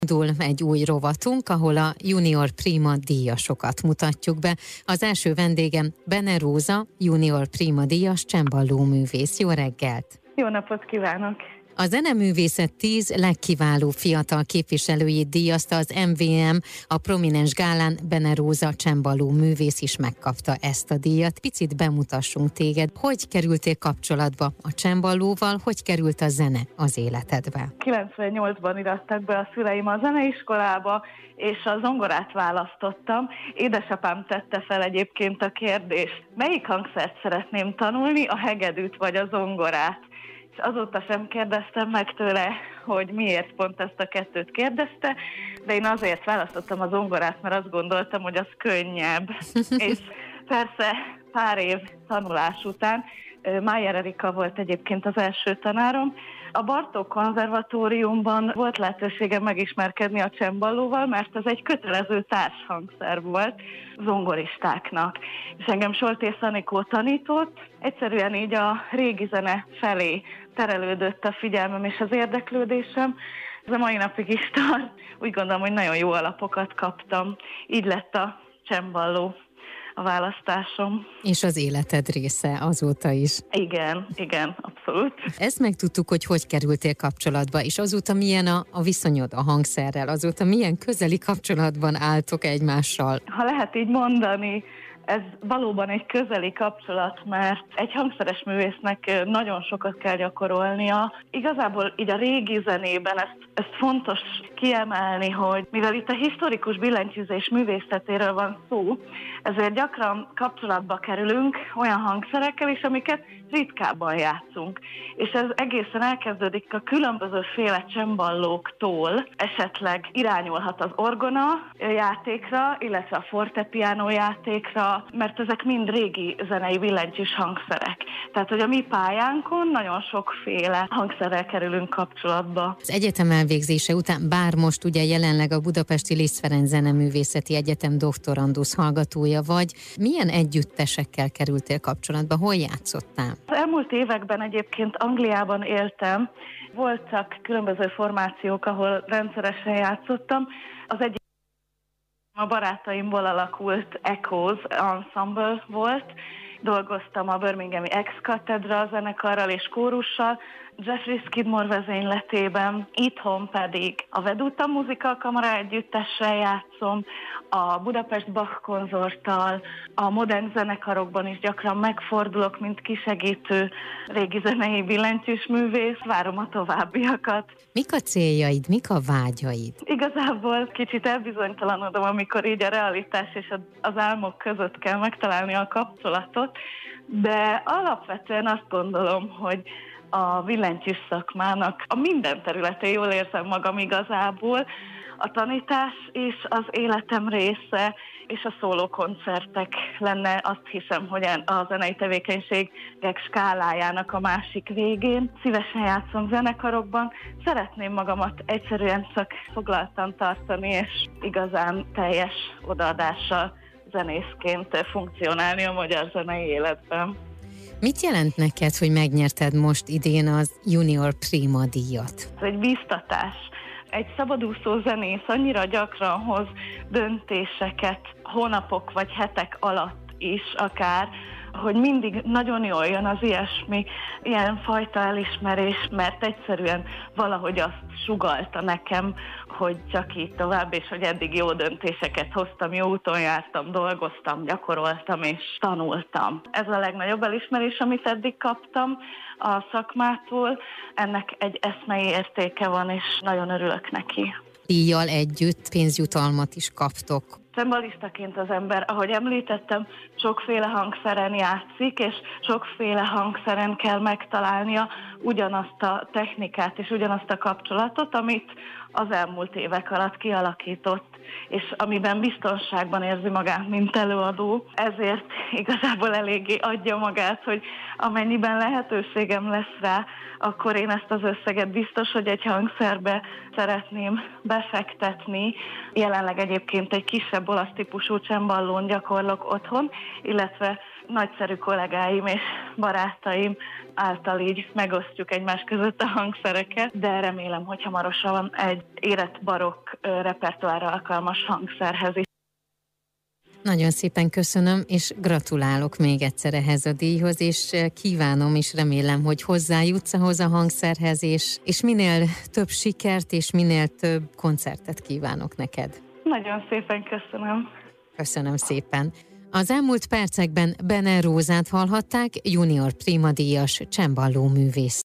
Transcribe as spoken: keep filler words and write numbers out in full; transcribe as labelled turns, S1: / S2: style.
S1: Indul egy új rovatunk, ahol a Junior Prima díjasokat mutatjuk be. Az első vendégem Bene Róza, Junior Prima díjas cemballó művész. Jó reggelt!
S2: Jó napot kívánok!
S1: A zeneművészet tíz legkiváló fiatal képviselőjét díjazta az em vé em, a prominens gálán Bene Róza cemballó művész is megkapta ezt a díjat. Picit bemutassunk téged. Hogy kerültél kapcsolatba a cemballóval, hogy került a zene az életedbe?
S2: kilencvennyolcban irattak be a szüleim a zeneiskolába, és a zongorát választottam. Édesapám tette fel egyébként a kérdést, melyik hangszert szeretném tanulni, a hegedűt vagy a zongorát. És azóta sem kérdeztem meg tőle, hogy miért pont ezt a kettőt kérdezte, de én azért választottam a zongorát, mert azt gondoltam, hogy az könnyebb. És persze pár év tanulás után Májer Erika volt egyébként az első tanárom. A Bartók konzervatóriumban volt lehetőségem megismerkedni a cemballóval, mert ez egy kötelező társhangszer volt zongoristáknak. És engem Soltész Anikó tanított, egyszerűen így a régi zene felé terelődött a figyelmem és az érdeklődésem. Ez a mai napig is tart. Úgy gondolom, hogy nagyon jó alapokat kaptam. Így lett a cemballó a választásom.
S1: És az életed része azóta is.
S2: Igen, igen, abszolút.
S1: Ezt megtudtuk, hogy hogy kerültél kapcsolatba, és azóta milyen a, a viszonyod a hangszerrel, azóta milyen közeli kapcsolatban álltok egymással?
S2: Ha lehet így mondani, ez valóban egy közeli kapcsolat, mert egy hangszeres művésznek nagyon sokat kell gyakorolnia. Igazából így a régi zenében ezt, ezt fontos kiemelni, hogy mivel itt a historikus billentyűzés művészetéről van szó, ezért gyakran kapcsolatba kerülünk olyan hangszerekkel is, amiket ritkábban játszunk. És ez egészen elkezdődik a különböző féle cemballóktól, esetleg irányulhat az orgona játékra, illetve a fortepiano játékra, mert ezek mind régi zenei billentyűs hangszerek. Tehát, hogy a mi pályánkon nagyon sokféle hangszerrel kerülünk kapcsolatba.
S1: Az egyetem elvégzése után, bár most ugye jelenleg a Budapesti Liszt Ferenc Zeneművészeti Egyetem doktorandusz hallgatója vagy, milyen együttesekkel kerültél kapcsolatba, hol játszottál?
S2: Az elmúlt években egyébként Angliában éltem, voltak különböző formációk, ahol rendszeresen játszottam. Az egyik a barátaimból alakult Echoes Ensemble volt, dolgoztam a Birminghami Ex-Cathedral zenekarral és kórussal, Jeffrey Skidmore vezényletében, itthon pedig a Veduta Musical Kamara együttessel játszom, a Budapest Bach konzorttal, a modern zenekarokban is gyakran megfordulok, mint kisegítő régi zenei billentyűs művész, várom a továbbiakat.
S1: Mik a céljaid, mik a vágyaid?
S2: Igazából kicsit elbizonytalanodom, amikor így a realitás és az álmok között kell megtalálni a kapcsolatot, de alapvetően azt gondolom, hogy a billentyűs szakmának a minden területén jól érzem magam igazából. A tanítás is az életem része, és a szólókoncertek lenne, azt hiszem, hogy a zenei tevékenységek skálájának a másik végén. Szívesen játszom zenekarokban, szeretném magamat egyszerűen csak foglaltan tartani, és igazán teljes odaadással zenészként funkcionálni a magyar zenei életben.
S1: Mit jelent neked, hogy megnyerted most idén az Junior Prima díjat?
S2: Ez egy bíztatás. Egy szabadúszó zenész annyira gyakran hoz döntéseket hónapok vagy hetek alatt is akár, hogy mindig nagyon jól jön az ilyesmi, ilyen fajta elismerés, mert egyszerűen valahogy azt sugallta nekem, hogy csak így tovább, és hogy eddig jó döntéseket hoztam, jó úton jártam, dolgoztam, gyakoroltam és tanultam. Ez a legnagyobb elismerés, amit eddig kaptam a szakmától. Ennek egy eszmei értéke van, és nagyon örülök neki.
S1: Díjjal együtt pénzjutalmat is kaptok.
S2: Cembalistaként az ember, ahogy említettem, sokféle hangszeren játszik, és sokféle hangszeren kell megtalálnia ugyanazt a technikát és ugyanazt a kapcsolatot, amit az elmúlt évek alatt kialakított, és amiben biztonságban érzi magát, mint előadó. Ezért igazából eléggé adja magát, hogy amennyiben lehetőségem lesz rá, akkor én ezt az összeget biztos, hogy egy hangszerbe szeretném befektetni. Jelenleg egyébként egy kisebb olasz típusú cemballón gyakorlok otthon, illetve nagyszerű kollégáim és barátaim által így megosztjuk egymás között a hangszereket, de remélem, hogy hamarosan egy egy érett barokk repertoárra alkalmas hangszerhez is.
S1: Nagyon szépen köszönöm, és gratulálok még egyszer ehhez a díjhoz, és kívánom, és remélem, hogy hozzájutsz ahhoz a hangszerhez, és, és minél több sikert, és minél több koncertet kívánok neked.
S2: Nagyon szépen köszönöm.
S1: Köszönöm szépen. Az elmúlt percekben Bene Rózát hallhatták, junior prima díjas cemballó művész.